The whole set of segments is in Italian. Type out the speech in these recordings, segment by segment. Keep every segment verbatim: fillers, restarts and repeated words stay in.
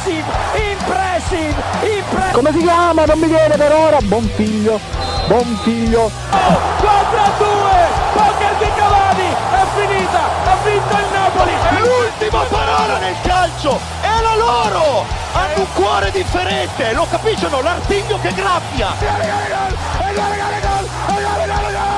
impressive, impressive, impressive. Come si chiama? Non mi viene per ora. Buon figlio, buon figlio. Oh, quattro a due, poker di Cavani, è finita, ha vinto il Napoli. È l'ultima parola nel calcio, è la loro. Hanno un cuore differente, lo capiscono, l'artiglio che graffia. Gol, gol, gol, gol, gol, gol, gol, gol.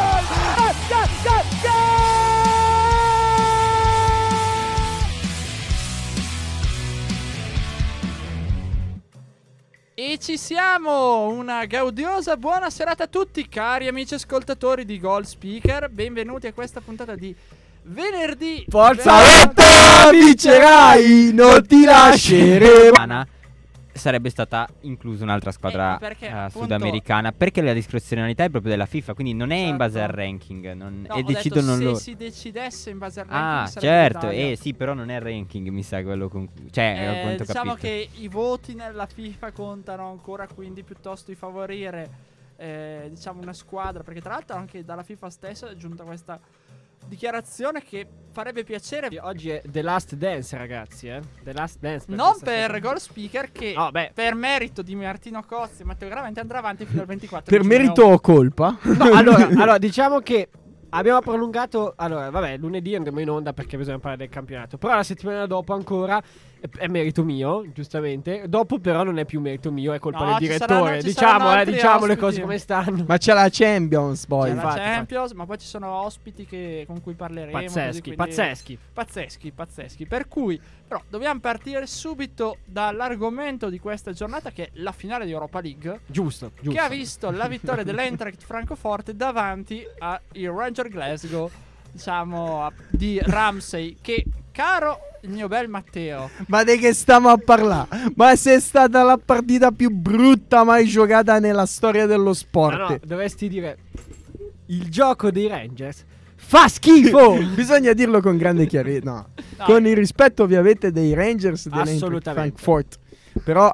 E ci siamo! Una gaudiosa buona serata a tutti, cari amici ascoltatori di Goal Speaker. Benvenuti a questa puntata di venerdì. Forza lotta, vincerai, non ti lasceremo. Sarebbe stata inclusa un'altra squadra Eh, perché, eh, appunto- sudamericana, perché la discrezionalità è proprio della FIFA, quindi non è in base al Esatto. ranking, non- No, e ho detto decidono se loro. si decidesse in base al ranking Ah, sarebbe certo, l'Italia. eh sì, però non è il ranking, mi sa quello con cui- cioè, a Eh, quanto ho diciamo capito. che i voti nella FIFA contano ancora, quindi piuttosto di favorire eh, diciamo una squadra, perché tra l'altro anche dalla FIFA stessa è giunta questa dichiarazione che farebbe piacere Oggi è The Last Dance, ragazzi, eh? The Last Dance. non questa per stagione. Goal Speaker, che Oh, beh. per merito di Martino Cozzi e Matteo Gravante andrà avanti fino al ventiquattro Per di giugno. merito o colpa? No, allora, allora, diciamo che abbiamo prolungato. Allora, vabbè, lunedì andremo in onda perché bisogna parlare del campionato. Però la settimana dopo ancora è, è merito mio, giustamente. Dopo, però, non è più merito mio, è colpa No, del ci direttore. saranno- ci diciamo, saranno eh, altri diciamo le ospiti. cose come stanno. Ma c'è la Champions poi. C'è la infatti, Champions, ma poi ci sono ospiti che- con cui parleremo. così, Pazzeschi, quindi- pazzeschi. Pazzeschi, pazzeschi. Per cui, però, dobbiamo partire subito dall'argomento di questa giornata, che è la finale di Europa League, Giusto, giusto. che ha visto la vittoria dell'Eintracht Francoforte davanti al Ranger Glasgow, diciamo, a- di Ramsey, che, caro il mio bel Matteo, Ma di che stiamo a parlare? Ma se è stata la partita più brutta mai giocata nella storia dello No, sport. no, dovresti dire il gioco dei Rangers fa schifo. Bisogna dirlo con grande chiarezza. No. No. Con il rispetto ovviamente dei Rangers dell'Eintracht Assolutamente. Frankfurt. Però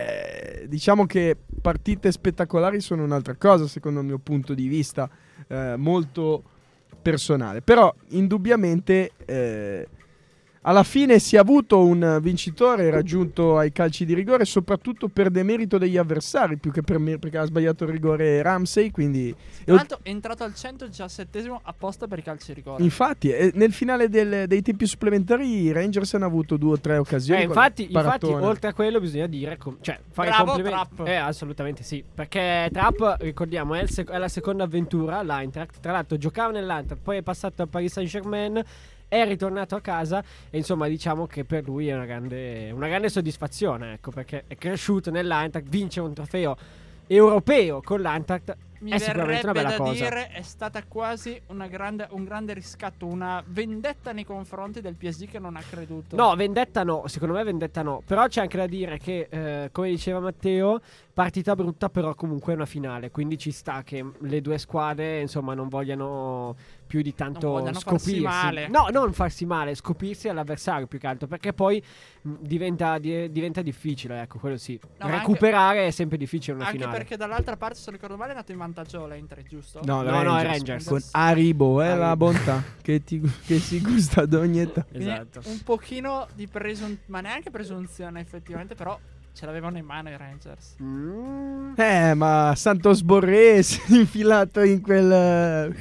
eh, diciamo che partite spettacolari sono un'altra cosa, secondo il mio punto di vista, eh, molto personale. Però indubbiamente eh, alla fine si è avuto un vincitore raggiunto ai calci di rigore, soprattutto per demerito degli avversari, più che per me, perché ha sbagliato il rigore Ramsey, quindi tra l'altro è entrato al centodiciassettesimo apposta per i calci di rigore. infatti eh, nel finale del- dei tempi supplementari i Rangers hanno avuto due o tre occasioni. Eh, con infatti, infatti, Paratone. oltre a quello bisogna dire, com- cioè, fare Bravo, complimenti. Trapp. Eh, assolutamente sì. Perché Trapp, ricordiamo, è, il sec- è la seconda avventura all'Eintracht. Tra l'altro, giocava nell'Eintracht, poi è passato al Paris Saint-Germain, è ritornato a casa. E insomma, diciamo che per lui è una grande, una grande soddisfazione, ecco, perché è cresciuto nell'Eintracht, vince un trofeo europeo con l'Eintracht. Mi è sicuramente una verrebbe bella da cosa. dire è stata quasi una grande, un grande riscatto, una vendetta nei confronti del P S G che non ha creduto. No, vendetta no, secondo me vendetta no. Però c'è anche da dire che, eh, come diceva Matteo, partita brutta, però comunque è una finale. Quindi ci sta che le due squadre, insomma, non vogliano più di tanto Non vogliano farsi scoprirsi. male. No, non farsi male, scoprirsi all'avversario più che altro. Perché poi mh, diventa, di- diventa difficile, ecco, quello sì. No, ma Recuperare è sempre difficile una Anche finale. perché dall'altra parte, se non ricordo male, è andato in vantaggio l'Eintracht, giusto? No, No, no, è Rangers. Con Haribo, è la Haribo. bontà che, ti, che si gusta ad ogni età. Quindi Esatto. un pochino di presunzione, ma neanche presunzione effettivamente, però ce l'avevano in mano i Rangers. Mm. Eh, ma Santos Borré si è infilato in quel...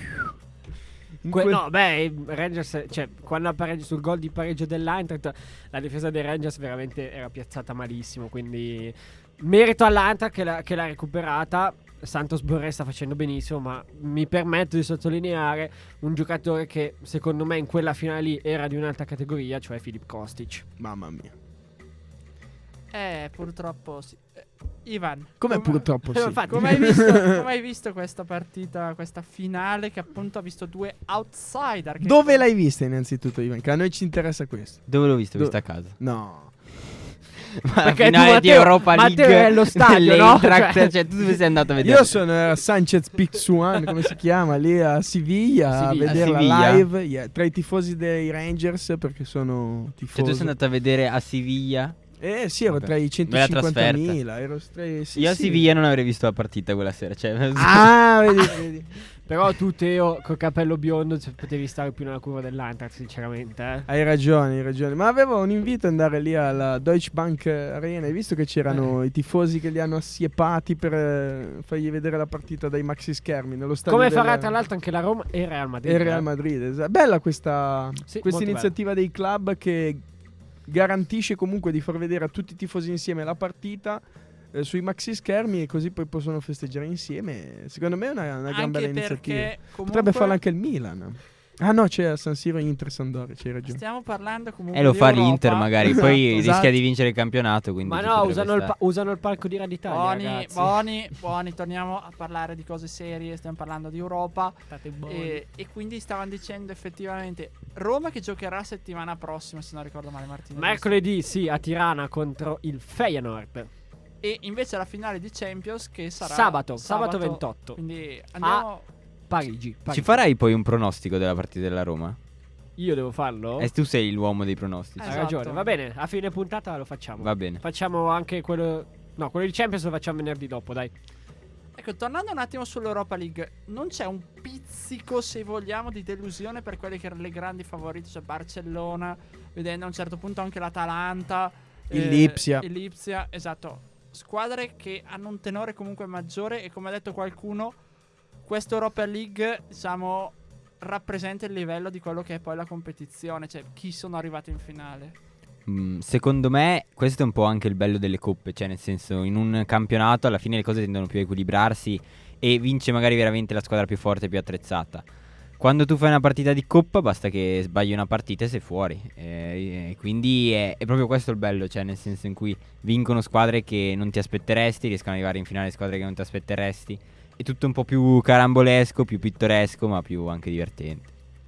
in Que- quel- no, beh, i Rangers, cioè, quando ha pareggio sul gol di pareggio dell'Eintracht, la difesa dei Rangers veramente era piazzata malissimo. Quindi merito all'Eintracht che, l'ha- che l'ha recuperata. Santos Borré sta facendo benissimo, ma mi permetto di sottolineare un giocatore che secondo me in quella finale lì era di un'altra categoria, cioè Filip Kostic. Mamma mia. Eh, purtroppo sì. Eh, Ivan, Come come- purtroppo sì. infatti. Come hai, visto, come hai visto questa partita, questa finale che appunto ha visto due outsider? Che Dove l'hai vista innanzitutto, Ivan? Che a noi ci interessa questo. Dove l'ho visto? Do- Vista a casa. No. Ma la Perché finale tu, di Matteo- Europa Matteo League è allo stadio, no? dell'Eintracht, Cioè- cioè tu dove sei andato a vedere? Io sono a Sanchez Pizjuan, come si chiama, lì a Siviglia, Siviglia. a vederla A Siviglia? live, yeah, tra i tifosi dei Rangers, perché sono tifosi. Cioè tu sei andato a vedere a Siviglia? Eh sì, ero Vabbè. tra i Bella centocinquantamila. Ero tra i, sì, Io a sì. Siviglia non avrei visto la partita quella sera. Cioè, Ah, vedi, vedi. Però tu, Teo, col capello biondo, cioè, potevi stare più nella curva dell'Eintracht, sinceramente. Eh. Hai ragione, hai ragione. Ma avevo un invito ad andare lì alla Deutsche Bank Arena. Hai visto che c'erano Eh. i tifosi che li hanno assiepati per eh, fargli vedere la partita dai maxi schermi nello stadio Come del- farà tra l'altro anche la Roma e il Real Madrid. e il Real eh. Madrid. esatto. Bella questa, Sì, questa molto iniziativa dei club che garantisce comunque di far vedere a tutti i tifosi insieme la partita eh, sui maxi schermi, e così poi possono festeggiare insieme. Secondo me è una, una gran Anche bella iniziativa. perché comunque Potrebbe farlo anche il Milan. Ah no, c'è a San Siro Inter Sampdoria, c'hai ragione. stiamo parlando comunque E lo di fa Europa. l'Inter magari. Poi Esatto, rischia esatto. di vincere il campionato. Quindi Ma ci no, potrebbe usano il, stare. pa- usano il palco di Raditalia, Buoni, ragazzi. buoni, buoni, torniamo a parlare di cose serie, stiamo parlando di Europa. State buoni. E, e quindi stavano dicendo effettivamente Roma che giocherà settimana prossima, se non ricordo male, Martino. Mercoledì, sì, a Tirana contro il Feyenoord. E invece la finale di Champions che sarà Sabato, sabato ventotto. Quindi andiamo. Parigi, Parigi. Ci farai poi un pronostico della partita della Roma? Io devo farlo? E tu sei l'uomo dei pronostici. Hai Esatto. ragione, va bene, a fine puntata lo facciamo. Va bene. Facciamo anche quello... No, quello di Champions lo facciamo venerdì dopo, dai. Ecco, tornando un attimo sull'Europa League, non c'è un pizzico, se vogliamo, di delusione per quelle che erano le grandi favorite, cioè Barcellona, vedendo a un certo punto anche l'Atalanta, Il Lipsia. il Lipsia, esatto. Squadre che hanno un tenore comunque maggiore e, come ha detto qualcuno, questa Europa League, diciamo, rappresenta il livello di quello che è poi la competizione, cioè chi sono arrivati in finale. Mm, secondo me questo è un po' anche il bello delle coppe. Cioè, nel senso, in un campionato alla fine le cose tendono più a equilibrarsi e vince magari veramente la squadra più forte e più attrezzata. Quando tu fai una partita di coppa basta che sbagli una partita e sei fuori. E, e quindi è, è proprio questo il bello. Cioè, nel senso in cui vincono squadre che non ti aspetteresti, riescono ad arrivare in finale squadre che non ti aspetteresti. È tutto un po' più carambolesco, più pittoresco, ma più anche divertente.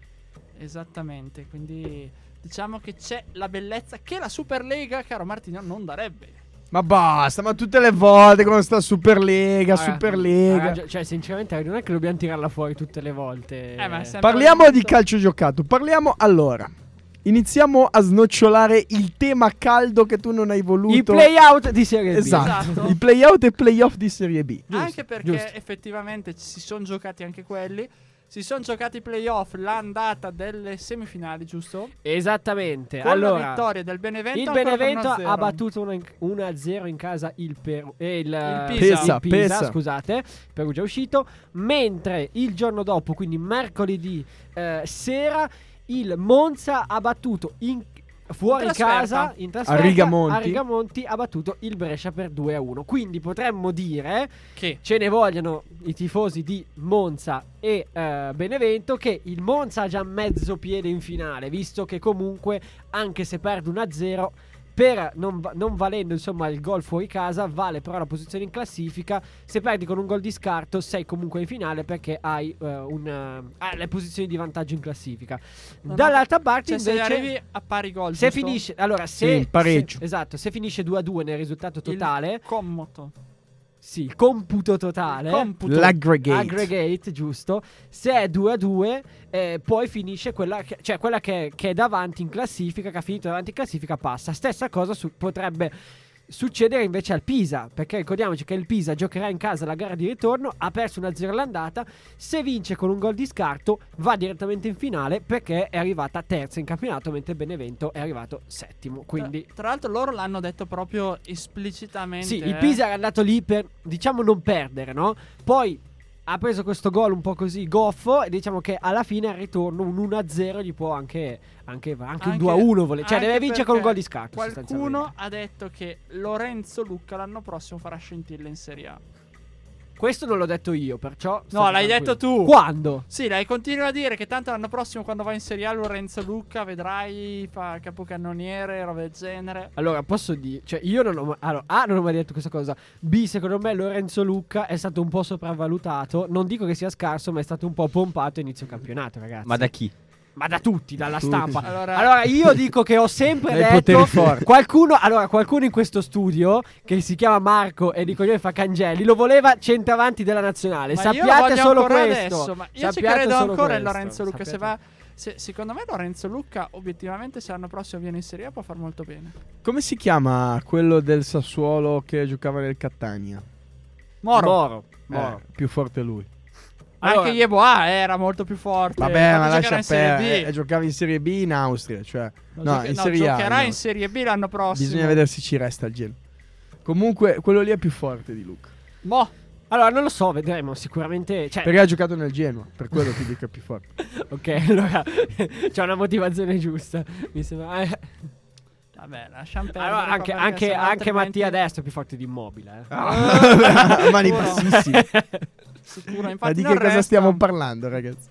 Esattamente, quindi diciamo che c'è la bellezza che la Superlega, caro Martino, non darebbe. Ma basta, ma tutte le volte con sta Superlega, Raga, Superlega. raga, cioè, sinceramente, non è che dobbiamo tirarla fuori tutte le volte. Eh, ma è sempre Parliamo il di momento- calcio giocato. Parliamo allora. Iniziamo a snocciolare il tema caldo che tu non hai voluto. I playout di Serie B. Esatto. Esatto. I playout e playoff di Serie B. Giusto, Anche perché giusto. effettivamente si sono giocati anche quelli. Si sono giocati i playoff, l'andata delle semifinali, giusto? Esattamente. Con allora, la vittoria del Benevento. il ancora per Benevento uno a zero. ha battuto uno a zero in casa il Peru e il, Il Pisa. il Pisa, Pisa. scusate, Perugia è uscito, mentre il giorno dopo, quindi mercoledì eh, sera, il Monza ha battuto in fuori In trasferta. casa in trasferta A Rigamonti. a Rigamonti ha battuto il Brescia per due a uno. Quindi potremmo dire Che ce ne vogliono i tifosi di Monza e eh, Benevento, che il Monza ha già mezzo piede in finale, visto che comunque anche se perde uno a zero, per non, va- non valendo insomma il gol fuori casa, vale però la posizione in classifica. Se perdi con un gol di scarto sei comunque in finale, perché hai eh, una, hai le posizioni di vantaggio in classifica. No, Dall'altra parte cioè, se invece arrivi a pari gol, se giusto? finisce, allora Sì, se, il pareggio. se- esatto, se finisce due a due nel risultato Il totale, commoto. sì, il computo totale, Computo. L'aggregate. aggregate, giusto. Se è due a due, eh, poi finisce quella che, cioè quella che, che è davanti in classifica, che ha finito davanti in classifica, passa. Stessa cosa su- potrebbe succedere invece al Pisa, perché ricordiamoci che il Pisa giocherà in casa la gara di ritorno, ha perso uno a zero all'andata, se vince con un gol di scarto va direttamente in finale, perché è arrivata terza in campionato, mentre il Benevento è arrivato settimo. Quindi Tra, tra l'altro loro l'hanno detto proprio esplicitamente. sì, il eh. Pisa era andato lì per, diciamo, non perdere, no? Poi ha preso questo gol un po' così goffo, e diciamo che alla fine al ritorno un uno a zero gli può anche, anche, anche un Anche- due a uno vole- cioè anche deve vincere con un perché gol di scarto Qualcuno sostanzialmente. ha detto che Lorenzo Lucca l'anno prossimo farà scintille in Serie A. Questo non l'ho detto io, perciò No, state l'hai tranquilli. detto tu. Quando? Sì, lei continua a dire che tanto l'anno prossimo quando va in Serie A Lorenzo Lucca, vedrai, fa capocannoniere, roba del genere. Allora, posso dire, cioè io non ho, ma- allora, A, non ho mai detto questa cosa. B, secondo me Lorenzo Lucca è stato un po' sopravvalutato. Non dico che sia scarso, ma è stato un po' pompato a inizio campionato, ragazzi. Ma da chi? Ma da tutti, dalla Tutti. stampa. Allora- Allora, io dico che ho sempre Dai detto poteri forti. qualcuno, allora qualcuno in questo studio che si chiama Marco e di cognome fa Cangelli lo voleva centravanti della nazionale. Ma io lo Sappiate voglio solo ancora questo. adesso, ma io ci Sappiate credo solo ancora in questo. Lorenzo Lucca. Se va, Sappiate- Se, secondo me Lorenzo Lucca, obiettivamente, se l'anno prossimo viene in Serie A può far molto bene. Come si chiama quello del Sassuolo che giocava nel Catania? Moro. Moro. Eh, Moro. più forte lui. Allora- Anche Yeboah era molto più forte. Vabbè, Quando ma lascia giocherà in Serie perdere. B. eh, Giocava in Serie B in Austria, cioè No, no, gioche- in no, Serie A. giocherà no. in Serie B l'anno prossimo. Bisogna vedere se ci resta il Genoa. Comunque, quello lì è più forte di Luca. Mo. Allora, non lo so, vedremo. Sicuramente. Cioè, Perché ha giocato nel Genoa, per quello ti dico è più forte. ok, allora c'è una motivazione giusta. Mi sembra. eh. Vabbè, lasciamo perdere. Allora, anche, perché anche, sennò anche altrimenti- Mattia Destro è più forte di Immobile. Eh. Ah, mani Sicuro. bassissime. Sicuro, Ma infatti di non che cosa resta. stiamo parlando, ragazzi?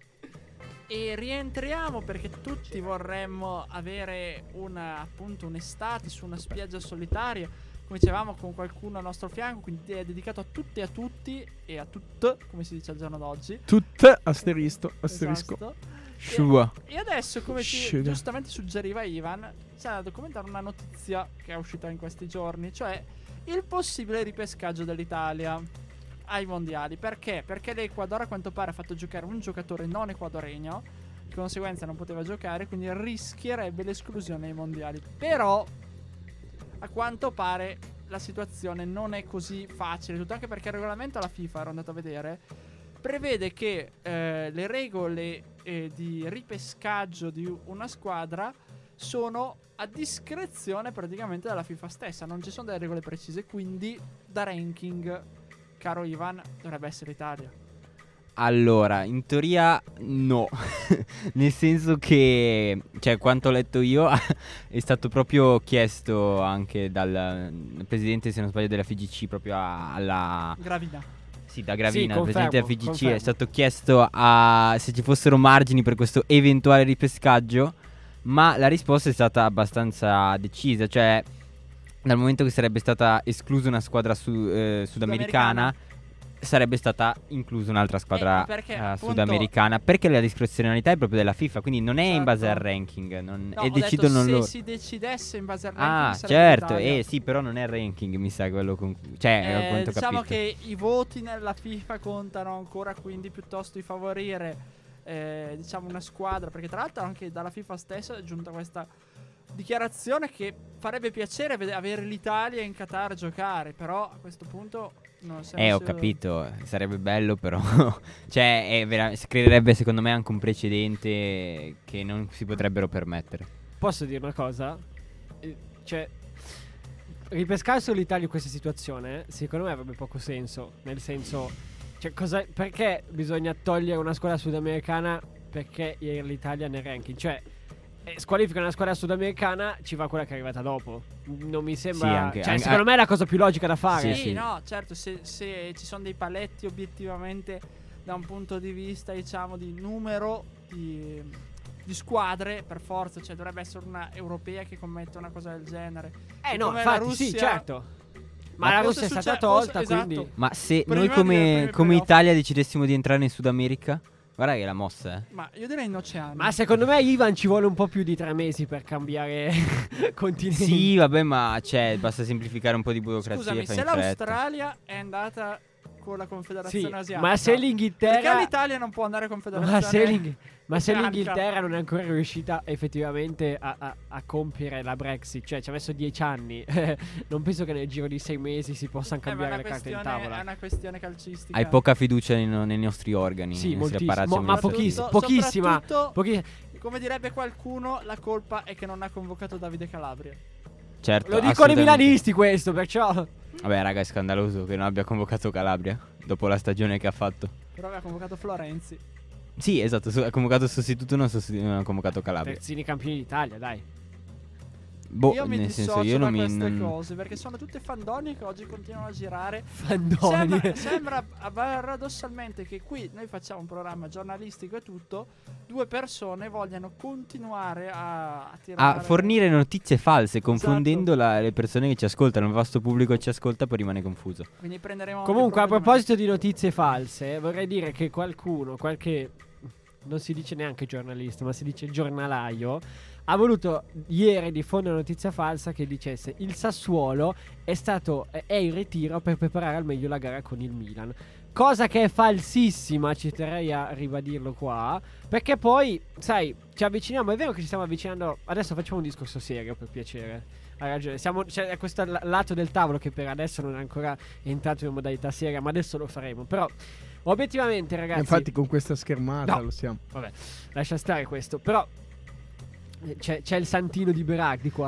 E rientriamo perché tutti vorremmo avere una, appunto, un'estate su una spiaggia solitaria, come dicevamo, con qualcuno al nostro fianco, quindi è dedicato a tutti e a tutti e a tutte, come si dice al giorno d'oggi. Tut asterisco, asterisco. Esatto. Shua. E adesso, come ci Sciuga. giustamente suggeriva Ivan, c'è da documentare una notizia che è uscita in questi giorni, cioè il possibile ripescaggio dell'Italia ai mondiali. Perché? Perché l'Ecuador a quanto pare ha fatto giocare un giocatore non ecuadoregno, di conseguenza non poteva giocare, quindi rischierebbe l'esclusione ai mondiali. Però a quanto pare la situazione non è così facile, tutto anche perché il regolamento alla FIFA, ero andato a vedere, prevede che eh, le regole eh, di ripescaggio di una squadra sono a discrezione praticamente della FIFA stessa, non ci sono delle regole precise, quindi da ranking, caro Ivan, dovrebbe essere l'Italia. Allora, in teoria no, nel senso che, cioè, quanto ho letto io, è stato proprio chiesto anche dal presidente, se non sbaglio, della F G C, proprio a- alla... Gravina. Sì, da Gravina, Sì, il presidente della confermo, F G C, confermo. è stato chiesto a se ci fossero margini per questo eventuale ripescaggio, ma la risposta è stata abbastanza decisa, cioè dal momento che sarebbe stata esclusa una squadra su- eh, sudamericana, sarebbe stata inclusa un'altra squadra Eh, perché, eh, appunto- sudamericana, perché la discrezionalità è proprio della FIFA, quindi non è in base al Esatto. ranking, non- No, e ho decidono detto, loro. se si decidesse in base al ranking Ah, sarebbe certo, l'Italia. eh sì, però non è il ranking, mi sa quello con cioè, a Eh, quanto ho diciamo capito. che i voti nella FIFA contano ancora, quindi piuttosto di favorire eh, diciamo una squadra, perché tra l'altro anche dalla FIFA stessa è giunta questa dichiarazione che farebbe piacere vede- avere l'Italia in Qatar a giocare, però a questo punto non siamo Eh, ho sicuri. capito, sarebbe bello però. Cioè, è vera- si creerebbe secondo me anche un precedente che non si potrebbero permettere. Posso dire una cosa? Eh, Cioè, ripescare solo l'Italia in questa situazione, secondo me avrebbe poco senso. Nel senso, cioè, cosa, perché bisogna togliere una squadra sudamericana perché ieri l'Italia nel ranking? Cioè, eh, squalifica una squadra sudamericana, ci va quella che è arrivata dopo. Non mi sembra. Sì, anche- cioè, anche- secondo me è la cosa più logica da fare. Sì, Sì, sì. no, certo, se, se ci sono dei paletti obiettivamente da un punto di vista, diciamo, di numero di, di squadre, per forza, cioè dovrebbe essere una europea che commette una cosa del genere. Eh no, Come la infatti, sì, Russia- certo. Ma, Ma la forse Russia è stata succe- tolta, forse- esatto. quindi. Ma se Prima noi delle come, prime come playoff. Italia decidessimo di entrare in Sud America, guarda che è la mossa, eh. Ma io direi in oceano. Ma secondo me Ivan ci vuole un po' più di tre mesi per cambiare continente. Sì, vabbè, ma cioè, basta semplificare un po' di burocrazia Scusami, e fai se in fretta. l'Australia è andata con la Confederazione Sì, Asiatica, ma se perché l'Inghilterra. l'Italia non può andare a Confederazione Ma se, l'Ing- ma se Oceanica? l'Inghilterra non è ancora riuscita effettivamente a, a- a compiere la Brexit, cioè ci ha messo dieci anni, non penso che nel giro di sei mesi si possano Eh, ma è cambiare una le carte in questione- tavola. È una questione calcistica. Hai poca fiducia nei, nei nostri organi. Sì, nei nostri moltissimo, apparati ma- ma amministrativi. pochissimo. pochissima. Soprattutto, Pochi- come direbbe qualcuno, la colpa è che non ha convocato Davide Calabria. Certo, Lo dicono i assolutamente. milanisti questo, perciò. Vabbè, raga, è scandaloso che non abbia convocato Calabria dopo la stagione che ha fatto. Però aveva convocato Florenzi. Sì, esatto, su- ha convocato il sostituto, non, sostitu- non ha convocato Calabria. Terzini campioni d'Italia, dai. Boh, io mi nel dissocio senso, io da non mi... queste non- cose perché sono tutte fandonie che oggi continuano a girare. Fandoni. Sembra, sembra a- paradossalmente che qui noi facciamo un programma giornalistico e tutto, due persone vogliano continuare a, a tirare A fornire notizie false, Esatto. confondendo la- le persone che ci ascoltano. Il vasto pubblico che ci ascolta poi rimane confuso. Quindi prenderemo anche Comunque, a provvedimenti. proposito di notizie false, vorrei dire che qualcuno, qualche non si dice neanche giornalista, ma si dice giornalaio, ha voluto ieri diffondere una notizia falsa che dicesse il Sassuolo è stato è in ritiro per preparare al meglio la gara con il Milan. Cosa che è falsissima, ci terrei a ribadirlo qua, perché poi, sai, ci avviciniamo, è vero che ci stiamo avvicinando, adesso facciamo un discorso serio per piacere. Hai ragione, siamo, c'è cioè, questo l- lato del tavolo che per adesso non è ancora entrato in modalità seria, ma adesso lo faremo. Però, obiettivamente, ragazzi, Infatti, con questa schermata no, lo siamo. Vabbè, lascia stare questo. Però eh, c'è, c'è il santino di Berardi qua.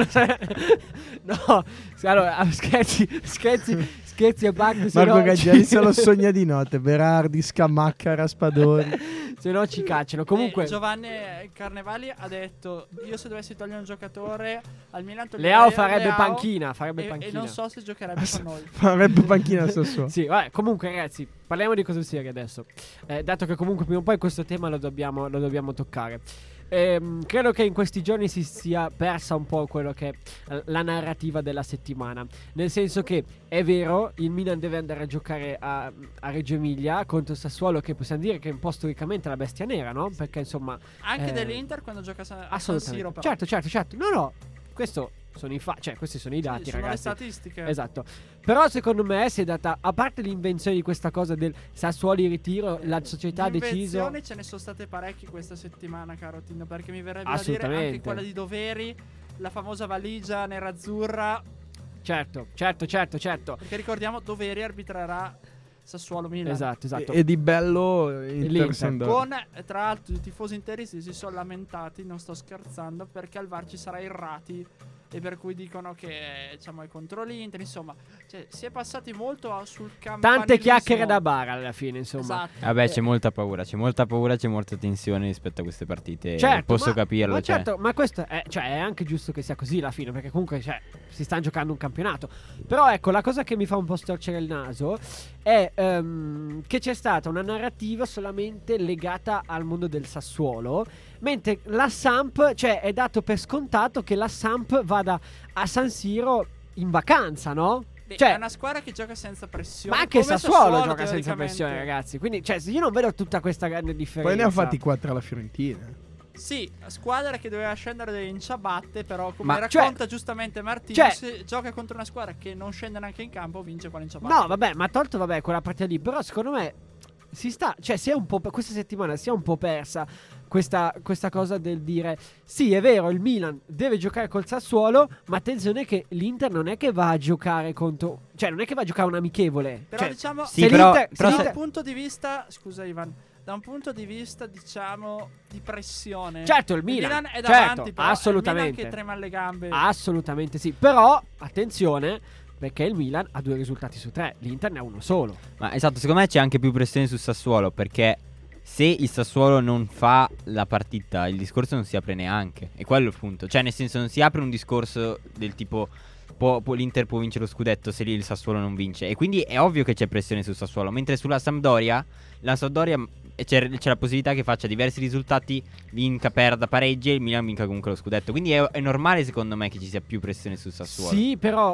No, allora, scherzi, scherzi, scherzi a parte. se Marco no Gaggiani ci- se lo sogna di notte. Berardi, Scamacca, Raspadori. Se no ci cacciano. Comunque, Eh, Giovanni Carnevali ha detto: io se dovessi togliere un giocatore al Milan Leao toglierei farebbe Leao panchina, farebbe e, panchina. e non so se giocherebbe con noi. Farebbe panchina al Sassuolo. Sì, vabbè, comunque ragazzi, parliamo di cose serie adesso. Eh, dato che comunque prima o poi questo tema lo dobbiamo, lo dobbiamo toccare. Ehm, credo che in questi giorni si sia persa un po' quello che è la narrativa della settimana. Nel senso che è vero, il Milan deve andare a giocare a, a Reggio Emilia contro il Sassuolo, che possiamo dire che è un po' storicamente la bestia nera, no? Perché insomma Anche eh, dell'Inter quando gioca a San, a San assolutamente. Siro, però. Certo, certo, certo. No, no, questo sono i fa- cioè questi sono i dati, Sì, sono ragazzi. le statistiche. Esatto. Però secondo me si è data, a parte l'invenzione di questa cosa del Sassuolo in ritiro, la società ha Di deciso. invenzioni ce ne sono state parecchie questa settimana, caro Tino, perché mi verrebbe da dire Assolutamente. anche quella di doveri, la famosa valigia nerazzurra, Certo, certo, certo, certo. perché ricordiamo doveri arbitrerà Sassuolo Milan. Esatto, esatto. E, e di bello Inter l'Inter. Sampdoria. Con eh, tra l'altro i tifosi interisti si sono lamentati, non sto scherzando, perché al V A R ci sarà Irrati e per cui dicono che diciamo è contro l'Inter, insomma, cioè, si è passati molto a- sul campo. Tante chiacchiere da bar alla fine, insomma. Esatto. Vabbè, c'è Eh. molta paura, c'è molta paura, c'è molta tensione rispetto a queste partite. Certo, Posso ma- capirlo, Ma cioè. certo, ma questo è, cioè, è anche giusto che sia così alla fine, perché comunque cioè, si sta giocando un campionato. Però ecco, la cosa che mi fa un po' storcere il naso è ehm, che c'è stata una narrativa solamente legata al mondo del Sassuolo, mentre la Samp, cioè è dato per scontato che la Samp vada a San Siro in vacanza, no? Beh, Cioè- è una squadra che gioca senza pressione. Ma anche il come Sassuolo, gioca senza teoricamente. pressione, ragazzi. Quindi, cioè, io non vedo tutta questa grande differenza. Poi ne ha fatti quattro alla Fiorentina. Sì, squadra che doveva scendere in ciabatte, però come Ma, racconta cioè- giustamente Martino, cioè- se gioca contro una squadra che non scende neanche in campo, vince quella in ciabatte. No, vabbè, ma tolto vabbè quella partita lì, però secondo me si sta, cioè si è un po' questa settimana si è un po' persa questa, questa cosa del dire sì, è vero, il Milan deve giocare col Sassuolo, ma attenzione che l'Inter non è che va a giocare contro, cioè non è che va a giocare un amichevole. Però Cioè, diciamo Sì, se però- l'Inter- se però da se- un l'Inter- punto di vista, scusa Ivan, da un punto di vista diciamo di pressione. Certo, il Milan, è certo, davanti, però assolutamente. è il Milan che trema alle gambe. assolutamente sì, però attenzione perché il Milan ha due risultati su tre, l'Inter ne ha uno solo. Ma esatto, secondo me c'è anche più pressione sul Sassuolo, perché se il Sassuolo non fa la partita, il discorso non si apre neanche. E quello è il punto. Cioè, nel senso, non si apre un discorso del tipo può- può- l'Inter può vincere lo scudetto se lì il Sassuolo non vince. E quindi è ovvio che c'è pressione sul Sassuolo. Mentre sulla Sampdoria, la Sampdoria mh, c'è, c'è la possibilità che faccia diversi risultati, vinca, perda, pareggi e il Milan vinca comunque lo scudetto. Quindi è, è normale secondo me che ci sia più pressione sul Sassuolo. Sì, però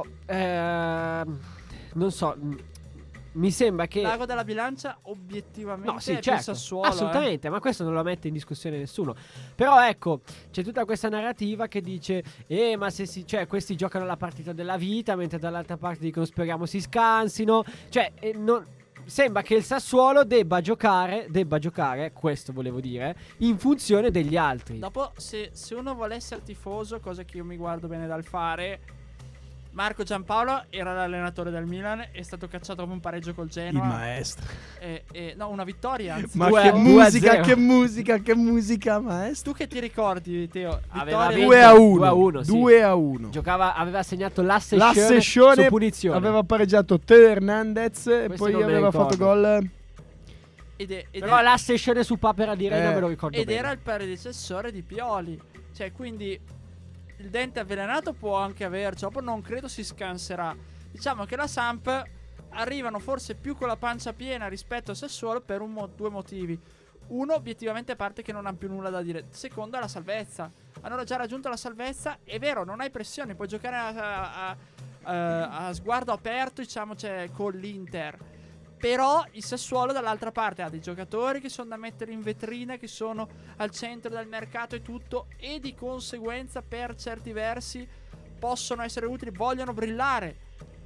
ehm, non so, m- mi sembra che L'ago della bilancia obiettivamente no, sì, è più certo, Sassuolo. eh. assolutamente, ma questo non lo mette in discussione nessuno. Però ecco, c'è tutta questa narrativa che dice "Eh, ma se si, cioè, questi giocano la partita della vita", mentre dall'altra parte dicono "Speriamo si scansino". Cioè, eh, non sembra che il Sassuolo debba giocare, debba giocare, questo volevo dire, in funzione degli altri. Dopo, se, se uno vuole essere tifoso, cosa che io mi guardo bene dal fare, Marco Giampaolo era l'allenatore del Milan, è stato cacciato come un pareggio col Il Genoa. maestro. E, e- no, una vittoria. Anzi. Ma Due- che due a musica, zero. che musica, che musica, maestro. Tu che ti ricordi, Teo? Aveva Vittoria- vinto due a uno. due a uno, sì. due a uno. Giocava, aveva segnato l'asse La Scione Sescione su punizione. aveva pareggiato Teo Hernandez e Questo poi non me ne aveva ricordo. fatto gol. Ed, è- ed Però è- l'asse Scione su Papera di Reina Eh, me lo ricordo ed bene. era il predecessore di Pioli. Cioè, quindi il dente avvelenato può anche averci, dopo non credo si scanserà. Diciamo che la Samp arrivano forse più con la pancia piena rispetto a Sassuolo per un mo- due motivi. Uno, obiettivamente, a parte che non hanno più nulla da dire. Secondo, è la salvezza. Hanno già raggiunto la salvezza. È vero, non hai pressione, puoi giocare a, a- a- a sguardo aperto, diciamo, cioè, con l'Inter. Però il Sassuolo dall'altra parte ha dei giocatori che sono da mettere in vetrina, che sono al centro del mercato e tutto, e di conseguenza per certi versi possono essere utili, vogliono brillare.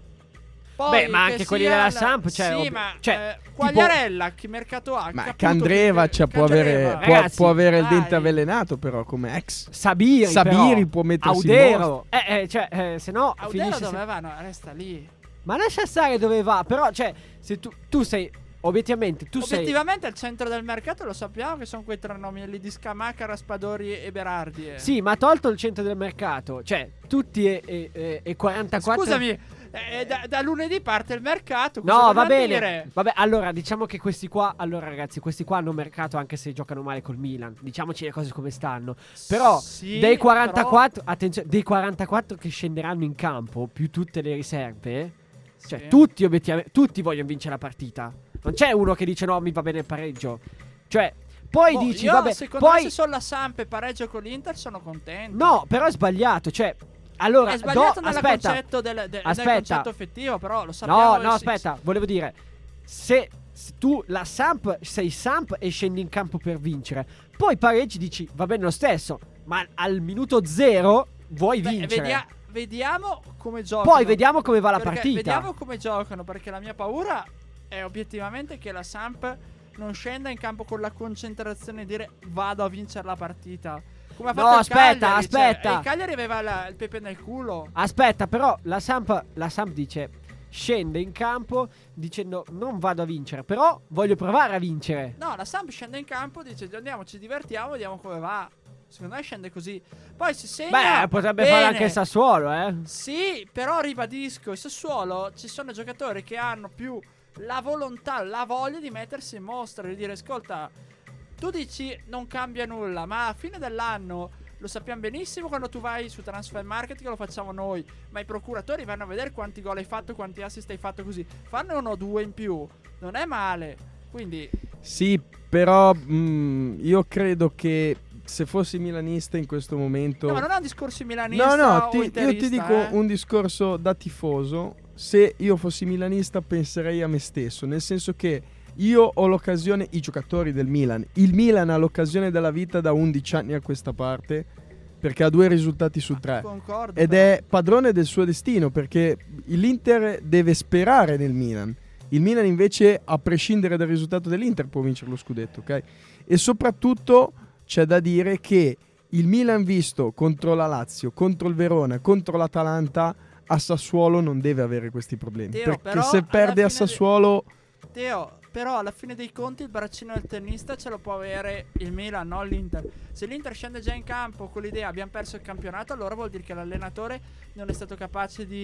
Poi Beh, ma che anche quelli sia della la- Samp, cioè, sì, ob- ma cioè, eh, tipo- Quagliarella che mercato ha? Ma Caputo Candreva che- cioè, può, avere, Candreva. può, Ragazzi, può avere il dai. dente avvelenato, però come ex. Sabiri, Sabiri però. può mettersi in Audero. Eh, eh, cioè, eh, se no Audero finisce dove se- va? No, resta lì. Ma lascia stare dove va. Però, cioè, se tu, tu sei obiettivamente, tu sei Obiettivamente al centro del mercato lo sappiamo che sono quei tre nomi lì di Scamacca, Raspadori e Berardi. eh. Sì, ma tolto il centro del mercato, cioè tutti e, e, e- e quarantaquattro. Scusami, eh, da, da lunedì parte il mercato. cosa No, vuol va bene. dire? Vabbè, allora diciamo che questi qua, allora ragazzi, questi qua hanno mercato anche se giocano male col Milan. Diciamoci le cose come stanno. Però Sì, dei quarantaquattro, attenzione, dei quarantaquattro che scenderanno in campo più tutte le riserve, cioè Sì. tutti obiettivamente tutti vogliono vincere la partita. Non c'è uno che dice no, mi va bene il pareggio. Cioè, poi Boh, dici io, vabbè, secondo me poi se sono la Samp e pareggio con l'Inter sono contento. no, però è sbagliato, cioè allora È sbagliato do- nel aspetta. concetto del, del- del Aspetta. concetto effettivo, però lo sappiamo. No, no, sì, aspetta, volevo dire, se, se tu la Samp, sei Samp e scendi in campo per vincere, poi pareggi dici va bene lo stesso, ma al minuto zero vuoi Beh, vincere. vedia- vediamo come giocano. Poi vediamo come va la Perché partita. Vediamo come giocano, perché la mia paura è obiettivamente che la Samp non scenda in campo con la concentrazione e dire vado a vincere la partita. Come ha No, fatto il aspetta, Cagliari, cioè, aspetta. il Cagliari aveva la- il pepe nel culo. Aspetta, però la Samp, la Samp dice scende in campo dicendo non vado a vincere, però voglio provare a vincere. No, la Samp scende in campo, dice andiamo, ci divertiamo, vediamo come va. Secondo me scende così. Poi si segna. Beh, potrebbe bene. fare anche il Sassuolo, eh. Sì, però ribadisco, il Sassuolo ci sono giocatori che hanno più la volontà, la voglia di mettersi in mostra, di dire ascolta, tu dici non cambia nulla, ma a fine dell'anno lo sappiamo benissimo quando tu vai su Transfer Market che lo facciamo noi, ma i procuratori vanno a vedere quanti gol hai fatto, quanti assist hai fatto così. Fanno uno o due in più, non è male. Quindi Sì, però mh, io credo che se fossi milanista in questo momento... no, ma non è un discorso milanista No, no, o ti- io interista, ti dico eh. un discorso da tifoso. Se io fossi milanista penserei a me stesso, nel senso che io ho l'occasione, i giocatori del Milan, il Milan ha l'occasione della vita da undici anni a questa parte, perché ha due risultati su tre Concordo, ed però. è padrone del suo destino, perché l'Inter deve sperare nel Milan. Il Milan invece, a prescindere dal risultato dell'Inter, può vincere lo scudetto, ok? E soprattutto c'è da dire che il Milan visto contro la Lazio, contro il Verona, contro l'Atalanta, a Sassuolo non deve avere questi problemi. Teo, perché però, se alla perde a fine de- Sassuolo... Teo, però alla fine dei conti il braccino del tennista ce lo può avere il Milan, non l'Inter. Se l'Inter scende già in campo con l'idea abbiamo perso il campionato, allora vuol dire che l'allenatore non è stato capace di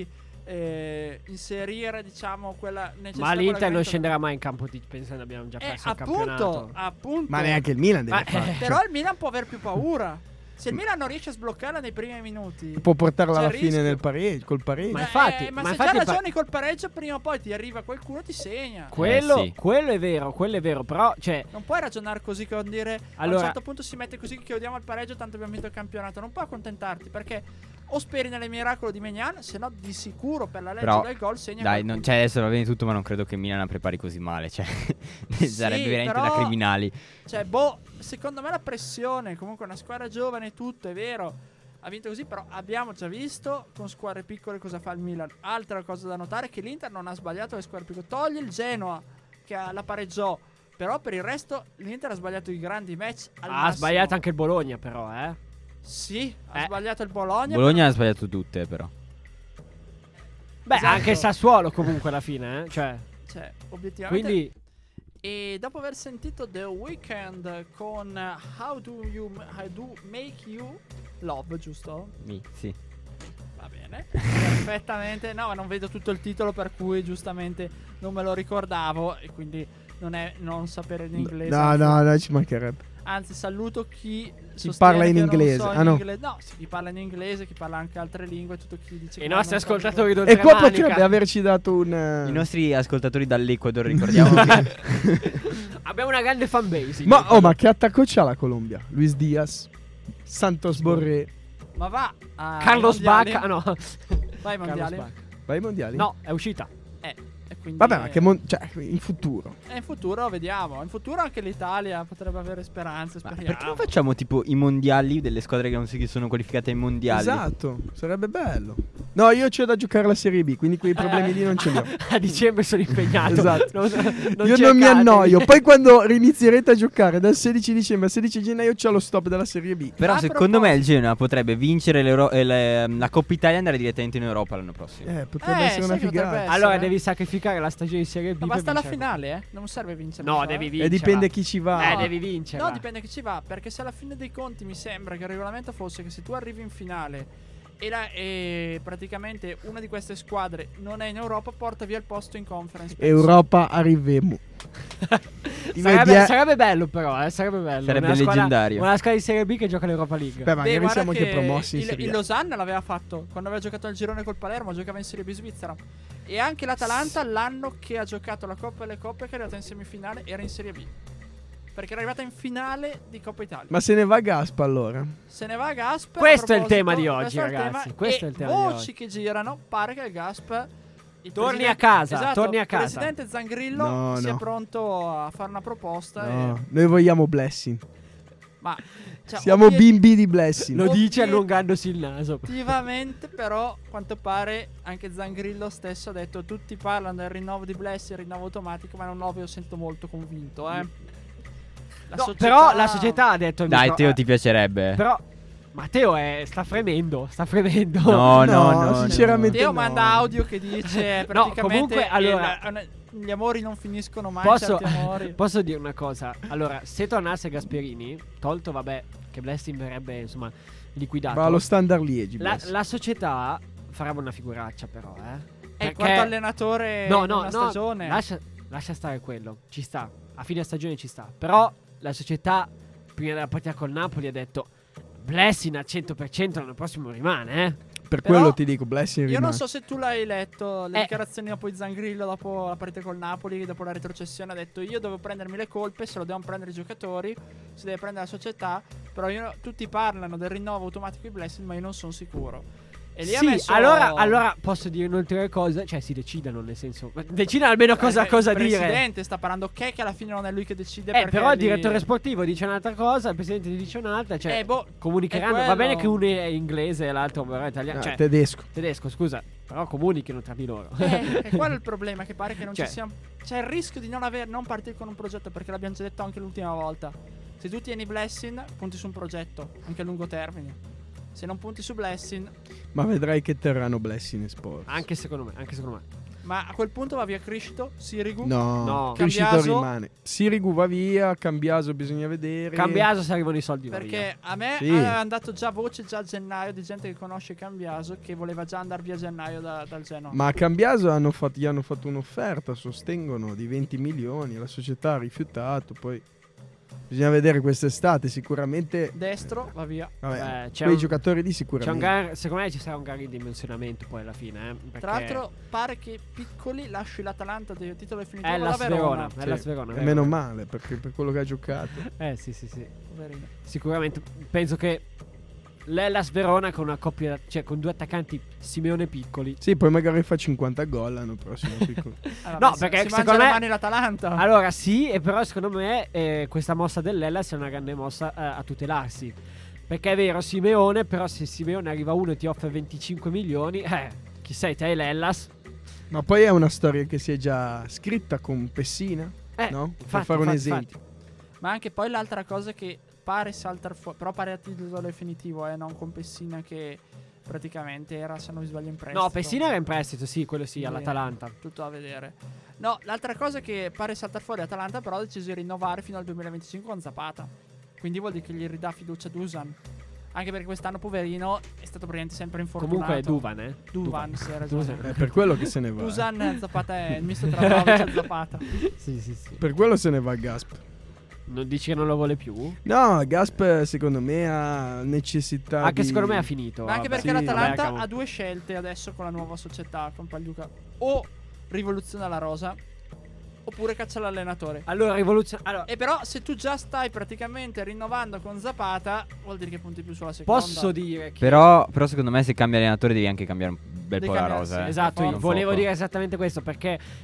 eh, inserire, diciamo, quella necessaria. Ma l'Inter non quella scenderà mai in campo ti- pensando abbiamo già Eh, perso il appunto, campionato. appunto. Ma neanche il Milan deve Ma- fare. Però il Milan può aver più paura. Se il Milan non riesce a sbloccarla nei primi minuti, Può portarla c'è alla il fine rischio. nel pareggio, col pareggio. Ma Eh, infatti- ma, ma se infatti già pa- ragioni col pareggio, prima o poi ti arriva qualcuno e ti segna. Quello, Eh, sì. quello è vero, quello è vero, però cioè Non puoi ragionare così con dire a un Allora- certo punto si mette così che chiudiamo il pareggio tanto abbiamo vinto il campionato. Non puoi accontentarti perché o speri nelle miracolo di Maignan, se no di sicuro per la legge Però, del gol segna Dai, qualcuno. non, cioè adesso va bene tutto, ma non credo che Milan la prepari così male. Cioè, sarebbe veramente però- da criminali. Cioè, boh, secondo me la pressione, comunque una squadra giovane e tutto, è vero. Ha vinto così, però abbiamo già visto con squadre piccole cosa fa il Milan. Altra cosa da notare è che l'Inter non ha sbagliato le squadre piccole. Toglie il Genoa che ha- la pareggiò, però per il resto l'Inter ha sbagliato i grandi match al ha massimo. sbagliato anche il Bologna però, eh. Sì, ha Eh. sbagliato il Bologna. Bologna ha sbagliato tutte, però. Beh, Esatto. anche il Sassuolo comunque alla fine, eh. Cioè, Cioè, obiettivamente. quindi E dopo aver sentito The Weeknd con uh, How Do You How Do Make You Love, giusto? Mi, sì. Va bene. Perfettamente. No, ma non vedo tutto il titolo, per cui giustamente non me lo ricordavo. E quindi non è non sapere l'inglese. No, no, no, ci mancherebbe. Anzi, saluto chi Chi sostiene parla in che non inglese. so Ah, no. ingle- no, sì, chi parla in inglese, chi parla anche altre lingue, tutto chi dice i che nostri non sa ascoltatori l'inglese. E qua d'oltremanica potrebbe averci dato un... eh, I nostri ascoltatori dall'Ecuador, ricordiamo che abbiamo una grande fanbase. Ma, oh, ma che attacco c'ha la Colombia? Luis Diaz, Santos Borré. Ma va a Carlos mondiali. Bacca, ah, no. Vai ai Carlos mondiali. Bacca. Vai ai mondiali? No, è uscita. Eh, e quindi, Vabbè, ma che mon- cioè, in futuro. E in futuro vediamo. In futuro anche l'Italia potrebbe avere speranze. Ma Speriamo. perché non facciamo tipo i mondiali delle squadre che non si che sono qualificate ai mondiali? Esatto, sarebbe bello. No, io c'ho da giocare la Serie B, quindi quei problemi lì non ce li ho. A dicembre sono impegnato. Esatto. Non- non Io non mi cercatemi. annoio. Poi quando rinizierete a giocare dal sedici dicembre al sedici gennaio c'ho lo stop della Serie B. Però A secondo me il proposito- Genoa potrebbe vincere l'Euro- eh, le- la Coppa Italia e andare direttamente in Europa l'anno prossimo. Eh, potrebbe Eh, essere una sai che potrebbe figata. essere. Allora devi sacrificare la stagione di Serie B. Ma per basta la vincere. finale, eh? Non serve vincere. No, so, devi eh. vincere. E dipende chi ci va. Eh, No. devi vincere. No, dipende chi ci va. Perché se alla fine dei conti mi sembra che il regolamento fosse che se tu arrivi in finale e, la- e praticamente una di queste squadre non è in Europa, porta via il posto in conference. penso. Europa arrivemo. Ti Sarebbe, vedi, eh? sarebbe bello però, eh, sarebbe bello. Sarebbe Una squadra- leggendario. Una squadra di Serie B che gioca l'Europa League. Beh, Beh, magari guarda siamo anche che promossi in il, Serie il A. Losanna l'aveva fatto quando aveva giocato al girone col Palermo, giocava in Serie B svizzera. E anche l'Atalanta l'anno che ha giocato la Coppa delle Coppe, che è arrivata in semifinale, era in Serie B. Perché era arrivata in finale di Coppa Italia. Ma se ne va Gaspa allora? Se ne va a Gasp. Questo a è il tema di proposito, oggi, questo è il ragazzi, tema, questo e è il tema di voci oggi. che girano, pare che il Gasp il Torni presidente- a casa, esatto, torni a casa. Il presidente Zangrillo No, sia no. pronto a fare una proposta. No, E, noi vogliamo Blessing. ma cioè, Siamo obiet- bimbi di Blessing. Lo dice Obiet- allungandosi il naso. Effettivamente, però, a quanto pare anche Zangrillo stesso ha detto: tutti parlano del rinnovo di Blessi, il rinnovo automatico, ma non lo sento molto convinto. Eh. La No, società- però la società ha detto al Dai, micro- Teo, eh, ti piacerebbe? Però Matteo è, sta fremendo, sta fremendo. No, no, No, no. sinceramente- Teo no. manda audio che dice praticamente comunque, allora- il- gli amori non finiscono mai. Posso, certi amori. posso dire una cosa? Allora, se tornasse Gasperini, tolto vabbè che Blessing verrebbe insomma liquidato, Va allo standard Liegi. la, Blessing. la società farebbe una figuraccia però, eh. E Perché- quanto allenatore No, in no, una no, stagione. lascia, lascia stare quello, ci sta, a fine stagione ci sta. Però la società prima della partita col Napoli ha detto Blessing al cento per cento l'anno prossimo rimane, eh. Per Però quello ti dico, Blessing Io rimane. non so se tu l'hai letto, le Eh. dichiarazioni dopo di Zangrillo, dopo la partita col Napoli, dopo la retrocessione, ha detto: io devo prendermi le colpe, se lo devono prendere i giocatori, si deve prendere la società. Però io, tutti parlano del rinnovo automatico di Blessing, ma io non sono sicuro. E lì ha Sì, messo- allora, allora posso dire un'ulteriore cosa, cioè si decidano nel senso, decidano almeno cosa, Eh, cosa il dire. presidente sta parlando che che alla fine non è lui che decide. Eh, perché però il lì- direttore sportivo dice un'altra cosa, il presidente dice un'altra, cioè Eh, boh, comunicheranno. è Va bene quello. che uno è inglese e l'altro è italiano, Ah, cioè tedesco. tedesco, scusa, però comunichino tra di loro. Eh, e quello è il problema, che pare che non Cioè. ci sia. C'è il rischio di non, aver, non partire con un progetto, perché l'abbiamo già detto anche l'ultima volta. Se tu tieni Blessing, punti su un progetto, anche a lungo termine. Se non punti su Blessing, Ma vedrai che terranno Blessing e Sport. Anche secondo me, anche secondo me. ma a quel punto va via Criscito, Sirigu. No, No. Criscito Cambiaso- rimane. Sirigu va via, Cambiaso bisogna vedere. Cambiaso se arrivano i soldi va via. Perché a me Sì. è andato già voce già a gennaio di gente che conosce Cambiaso, che voleva già andare via a gennaio da- dal Genoa. Ma a Cambiaso hanno fatto- gli hanno fatto un'offerta, sostengono, di venti milioni. La società ha rifiutato. Poi bisogna vedere quest'estate. Sicuramente, Destro va via. vabbè, Eh, c'è quei un- giocatori lì C'è un sicuramente. gar- secondo me ci sarà un gara di dimensionamento poi alla fine, eh, perché Tra l'altro pare che Piccoli lasci l'Atalanta del titolo definitivo è la alla Verona. Sverona, è Sì. la Sverona. E vero. meno male, perché per quello che ha giocato. Eh sì, sì, sì. Poverino. Sicuramente penso che l'Hellas Verona con una coppia, cioè con due attaccanti Simeone e Piccoli. Sì, poi magari fa cinquanta gol l'anno prossimo. piccolo. Ah, No, vabbè, perché si mangia secondo le me- mani l'Atalanta. Allora sì, e però secondo me eh, questa mossa dell'Hellas è una grande mossa eh, a tutelarsi. Perché è vero Simeone, però se Simeone arriva uno e ti offre venticinque milioni, eh, chi sei te l'Hellas? Ma poi è una storia che si è già scritta con Pessina, Eh, no? Per infatti, fare un infatti, esempio. Ma anche poi l'altra cosa che pare saltare fuori, però pare a titolo definitivo, eh, non con Pessina, che praticamente era, se non mi sbaglio, in prestito. No, Pessina era in prestito, sì, quello sì, Bene, all'Atalanta. Tutto da vedere. No, l'altra cosa che pare saltare fuori, Atalanta però ha deciso di rinnovare fino al duemilaventicinque con Zapata. Quindi vuol dire che gli ridà fiducia Dusan. Anche perché quest'anno, poverino, è stato praticamente sempre infortunato. Comunque è Duvan, eh. Duvan, sì, hai ragione. Duvan. È per quello che se ne va. Dusan, Zapata è il misto tra Vlahovic e Zapata. Sì, sì, sì. Per quello se ne va Gasp. Non dici che non lo vuole più? No, Gasp secondo me ha necessità Anche di... secondo me ha finito. Ma anche vabbè. perché Sì, l'Atalanta vabbè, ha due scelte adesso con la nuova società, con Pagliuca. O rivoluziona la rosa, oppure caccia l'allenatore. Allora, rivoluzione. Allora, E però se tu già stai praticamente rinnovando con Zapata, vuol dire che punti più sulla seconda. posso dire che. Però, però secondo me se cambia allenatore devi anche cambiare un bel Devi po' la cambiare, rosa. sì. eh. Esatto, Un io volevo poco. dire esattamente questo perché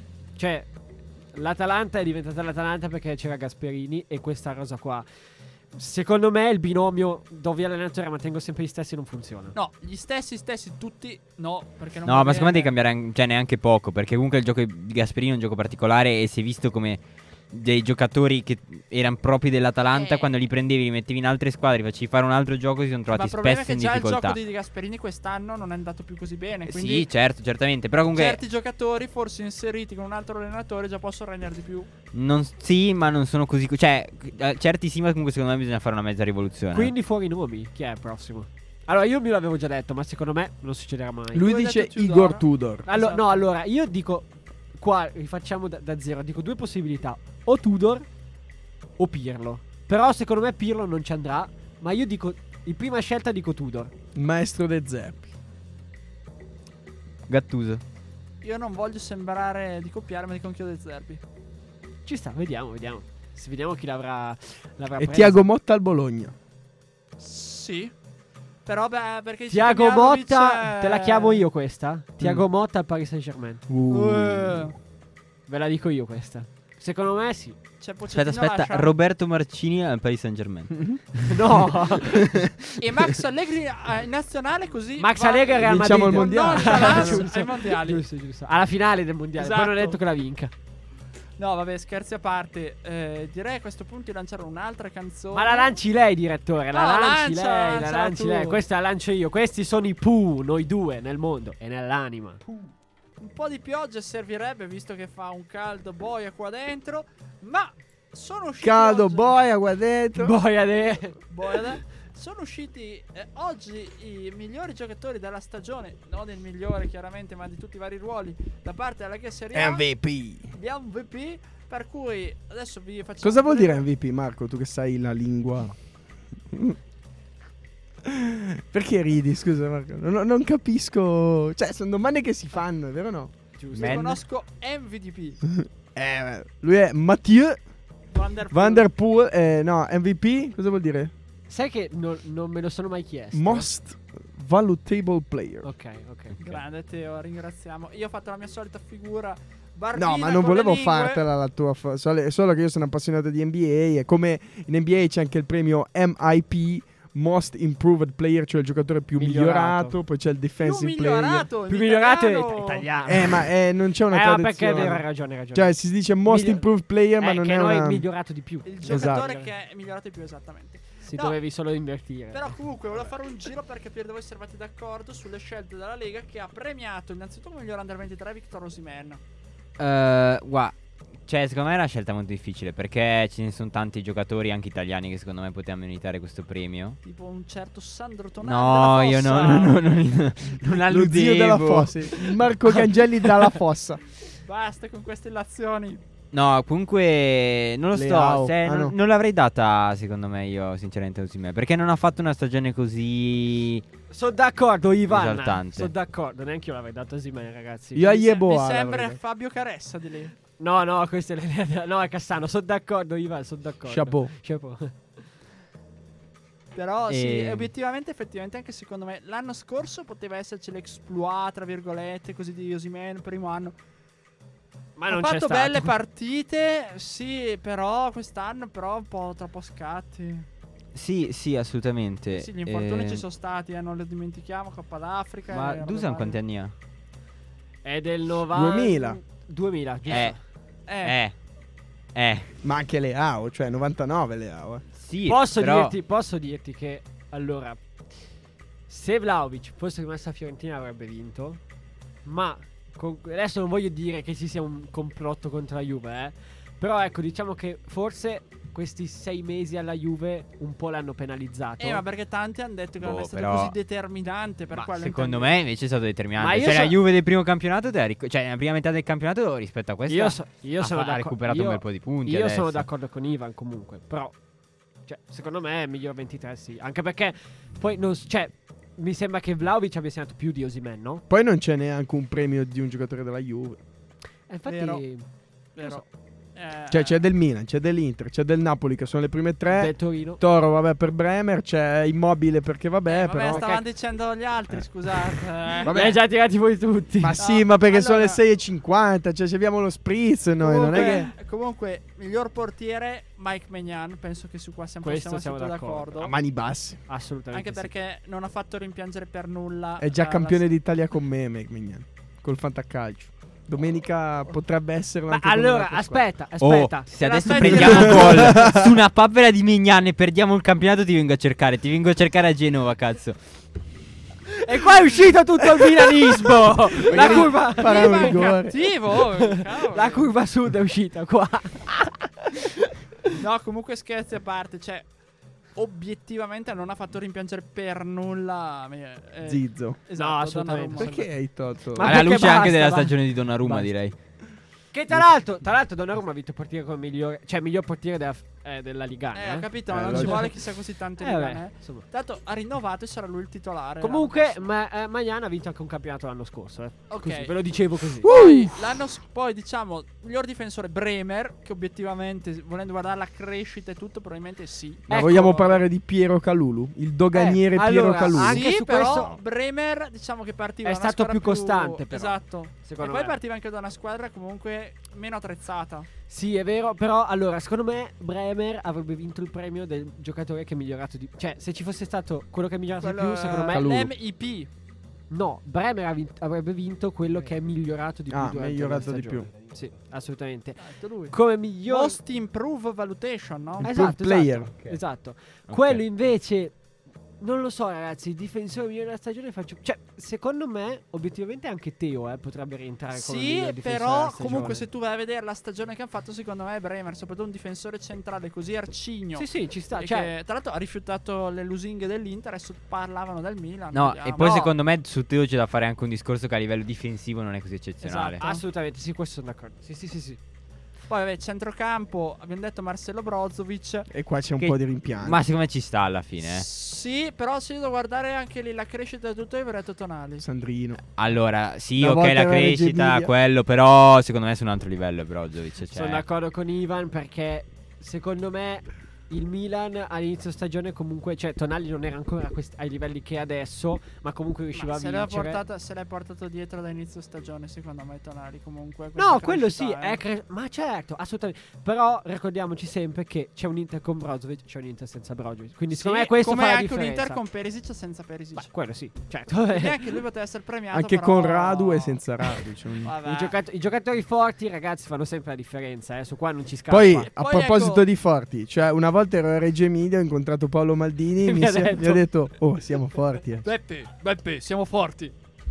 Cioè, l'Atalanta è diventata l'Atalanta perché c'era Gasperini e questa rosa qua. Secondo me il binomio dove l'allenatore mantengo sempre gli stessi non funziona. No, gli stessi stessi tutti no, perché non No, va ma secondo me bene. devi cambiare an- cioè neanche poco, perché comunque il gioco di Gasperini è un gioco particolare e si è visto come dei giocatori che erano propri dell'Atalanta, Eh. quando li prendevi, li mettevi in altre squadre, facevi fare un altro gioco, si sono Ma trovati il problema è spesso che in già il difficoltà. gioco di Gasperini quest'anno non è andato più così bene, Eh, quindi Sì, certo, certamente, però comunque certi giocatori forse inseriti con un altro allenatore già possono rendere di più. non, sì, ma non sono così, cioè eh, certi sì, ma comunque secondo me bisogna fare una mezza rivoluzione. Quindi fuori nomi. Chi è il prossimo? Allora, io me l'avevo già detto, ma secondo me non succederà mai. Lui Tu hai dice detto Tudor. Igor Tudor. Allo- Esatto. No, allora, io dico. Qua rifacciamo da, da zero. Dico due possibilità: o Tudor o Pirlo. Però secondo me Pirlo non ci andrà. Ma io dico. In prima scelta dico Tudor. Il maestro De Zerbi. Gattuso. Io non voglio sembrare di copiare, ma dico anch'io De Zerbi. Ci sta, vediamo, vediamo. Se vediamo chi l'avrà, l'avrà E presa. Tiago Motta al Bologna. Sì. Però beh, perché dice Tiago che Mialovic Motta, è- te la chiamo io questa? Tiago Mm. Motta al Paris Saint-Germain. Uh. Eh, Ve la dico io questa. Secondo me sì. C'è Aspetta, Pochettino aspetta, lascia. Roberto Marcini al Paris Saint-Germain. No. E Max Allegri eh, in nazionale così Max va- Allegri al Real Vinciamo Madrid. il mondiale. Non nonchalance Giusto. ai mondiali. Giusto, giusto. Alla finale del mondiale. Poi non Esatto. ho detto che la vinca. No, vabbè, scherzi a parte. eh, direi a questo punto di lanciare un'altra canzone. Ma la lanci lei, direttore. La No, lanci lancia, lei. La lancia lanci tu. lei. Questa la lancio io. Questi sono i Pooh, noi due, nel mondo e nell'anima. Un po' di pioggia servirebbe, visto che fa un caldo boia qua dentro. Ma sono usciti Caldo oggi- boia qua dentro. Boia de. boia de- Sono usciti eh, oggi i migliori giocatori della stagione. Non il migliore chiaramente, ma di tutti i vari ruoli da parte della Lega Serie A. M V P. Di M V P. Per cui adesso vi facciamo Cosa vuol vedere- dire M V P, Marco? Tu che sai la lingua. Perché ridi? Scusa, Marco. Non, non capisco. Cioè, sono domande che si fanno, è vero o no? Giusto. Man. Conosco M V P. Eh, lui è Mathieu Van der Poel. Van der Poel. Eh, no, M V P. Cosa vuol dire? Sai che non, non me lo sono mai chiesto. Most Valuable Player. Ok, ok. Grande Teo, ringraziamo. Io ho fatto la mia solita figura barbina No, ma non con le volevo lingue. fartela la tua. fa- solo, solo che io sono appassionato di N B A. E come in N B A c'è anche il premio M I P, Most Improved Player, cioè il giocatore più Migliorato. migliorato. Poi c'è il Più Defensive Player. migliorato, in Più migliorato è italiano. ita- italiano. Eh, ma eh, non c'è una Eh, ma perché traduzione. è vero, hai ragione, hai ragione. Cioè, si dice Most Miglio- Improved Player, ma Eh, non che è noi una. migliorato di più. Il Esatto. giocatore che è migliorato di più, esattamente. Si No. dovevi solo invertire. Però comunque volevo fare un giro per capire dove eravate d'accordo sulle scelte della Lega, che ha premiato innanzitutto come miglior under ventitré Victor Osimhen. Eh, guarda, cioè secondo me è una scelta molto difficile, perché ce ne sono tanti giocatori anche italiani che secondo me potevano meritare questo premio. Tipo un certo Sandro Tonali No, della io no, Fossa. no, no, non, non Lo alludevo. zio della fossa. Il Marco Cangelli dalla fossa. Basta con queste illazioni. No, comunque non lo so, Leao. se Ah, non, no. non l'avrei data secondo me io sinceramente a Osimhen, perché non ha fatto una stagione così. Sono d'accordo, Ivan. Esaltante. Sono d'accordo. Neanche io l'avrei dato a Osimhen, ragazzi. Io a Mi se- Yeboah Mi l'avrei sembra dato. Fabio Caressa di lì. No, no, questo è le- no, è Cassano. Sono d'accordo, Ivan. Sono d'accordo. Chapeau. Chapeau. Però E- sì, obiettivamente, effettivamente, anche secondo me l'anno scorso poteva esserci l'exploit, tra virgolette, così di Osimhen, primo anno. Ma ha non c'è fatto stato. belle partite, sì, però quest'anno però un po' troppo scatti. Sì, sì, assolutamente. Sì, gli infortuni Eh, ci sono stati, eh, non li dimentichiamo, Coppa d'Africa. Ma e robe Dusan varie. quanti anni ha? È del novanta. duemila. duemila, giusto? Eh, Eh, eh, eh, Ma anche Leao, cioè novantanove Leao. Eh. sì. Posso, però- dirti, posso dirti che allora, se Vlahovic fosse rimasto a Fiorentina avrebbe vinto. Ma con- adesso non voglio dire che ci sia un complotto contro la Juve, eh. Però ecco, diciamo che forse questi sei mesi alla Juve un po' l'hanno penalizzato. eh, ma perché tanti hanno detto che non Boh, è stato però- così determinante per Ma quello. secondo intendo. me invece è stato determinante. Ma io Cioè so- la Juve del primo campionato te la ric- Cioè nella prima metà del campionato rispetto a questa Io, so- io ha, sono fa- ha d'accordo. recuperato io, un bel po' di punti Io adesso. sono d'accordo con Ivan comunque. Però, cioè, secondo me è miglior ventitré, sì. Anche perché poi non s- cioè, mi sembra che Vlahovic abbia segnato più di Osimhen, no? Poi non c'è neanche un premio di un giocatore della Juve. E infatti, Vero. non Vero. so. Eh, eh, Cioè c'è del Milan, c'è dell'Inter, c'è del Napoli che sono le prime tre. Del Torino. Toro vabbè per Bremer, c'è Immobile perché vabbè, eh, vabbè, però stavano dicendo gli altri, scusate. eh. Vabbè. Li hai già tirati voi tutti. Ma No, sì, ma perché sono le allora- sei e cinquanta, cioè ci abbiamo lo spritz noi, non è che Comunque, comunque, miglior portiere Mike Maignan, penso che su qua siamo, Questo possiamo siamo essere tutti d'accordo. d'accordo. a mani basse. Assolutamente. Anche sì. perché non ha fatto rimpiangere per nulla. È già eh, campione la- d'Italia con me, Mignan, col fantacalcio. Domenica potrebbe esserlo Ma anche con allora, un'altra squadra. aspetta, aspetta. Oh, se adesso Aspetta. prendiamo gol su una papera di Mignan e perdiamo il campionato, ti vengo a cercare. Ti vengo a cercare a Genova, cazzo. E qua è uscito tutto il milanismo. La Magari curva, farà un Viva il rigore. cattivo, oh, cavolo. la curva sud è uscita qua. No, comunque scherzi a parte, cioè obiettivamente non ha fatto rimpiangere per nulla eh, Zizzo. Esatto, No, assolutamente. Donnarumma. Perché hai tolto? Ma Alla perché luce anche basta, della va. stagione di Donnarumma, Basta. direi. Che tra l'altro, tra l'altro Donnarumma ha vinto il portiere come migliore, cioè miglior portiere della, eh, della Liga. Eh, ho capito, ma Eh, non lo ci so. vuole chissà così tanto Eh, in vabbè, Milan, eh. insomma. Tanto ha rinnovato e sarà lui il titolare. Comunque, l'anno ma, eh, Maignan ha vinto anche un campionato l'anno scorso. Eh. Ok. Così, ve lo dicevo così. Poi, l'anno s- poi diciamo miglior difensore Bremer, che obiettivamente volendo guardare la crescita e tutto probabilmente sì. Ma Ecco. vogliamo parlare di Piero Calulu? Il doganiere Eh, Piero allora, Calulu. anche sì, su però questo Bremer diciamo che partiva è da una stato squadra più costante, però, Esatto. secondo e poi me. partiva anche da una squadra comunque meno attrezzata. Sì, è vero, però allora, secondo me Bremer avrebbe vinto il premio del giocatore che è migliorato di Cioè, se ci fosse stato quello che è migliorato di più, secondo me Calulu. l'M I P. no, Bremer ha vinto- avrebbe vinto quello che è migliorato di più Ah, durante migliorato la di stagione. Sì, assolutamente. Ha detto lui. Come miglior Most Improve Valutation, no? Eh, Esatto, player. esatto, esatto. Ok. Quello invece non lo so, ragazzi, il difensore migliore della stagione faccio Cioè, secondo me obiettivamente anche Teo eh, potrebbe rientrare come Sì, miglior difensore però della stagione. comunque se tu vai a vedere la stagione che hanno fatto, secondo me è Bremer, soprattutto un difensore centrale così arcigno. Sì, sì, ci sta, E cioè che, tra l'altro ha rifiutato le lusinghe dell'Inter, adesso parlavano del Milan. No, vediamo. e poi No. secondo me su Teo c'è da fare anche un discorso che a livello difensivo non è così eccezionale. Esatto. assolutamente, sì, questo sono d'accordo. Sì, sì, sì, sì. Poi vabbè, centrocampo, abbiamo detto Marcelo Brozovic. E qua c'è un Che- po' di rimpianto. Ma secondo me ci sta alla fine, eh. Sì, però se io devo guardare anche lì la crescita e tutto, io avrei detto Tonali. Sandrino. Allora, sì, Una ok, volta la era Reggio crescita, Emilia. quello, però secondo me è su un altro livello Brozovic. Cioè, Sono d'accordo con Ivan perché secondo me il Milan all'inizio stagione comunque, cioè Tonali non era ancora a quest- ai livelli che è adesso, ma comunque riusciva Ma a se l'ha, vincere. portata, se l'hai portato dietro da inizio stagione, secondo me Tonali comunque. No, questa quello sì, crescita, è eh. cre- ma certo, assolutamente. Però ricordiamoci sempre che c'è un Inter con Brozovic, c'è un Inter senza Brozovic. Quindi secondo Sì, me questo come fa la anche un differenza. Inter con Perisic e senza Perisic. Beh, quello sì, certo. Quindi anche lui poteva essere premiato. Anche però- con Radu e senza Radu. Cioè un- Vabbè. I, giocat- I giocatori forti, ragazzi, fanno sempre la differenza, eh. Su qua non ci scappa. Poi, Poi a proposito ecco- di forti, cioè una volta ero a Reggio Emilia, ho incontrato Paolo Maldini E mi, mi ha si- detto- mi ha detto, oh, siamo forti. eh." Beppe, Beppe, siamo forti.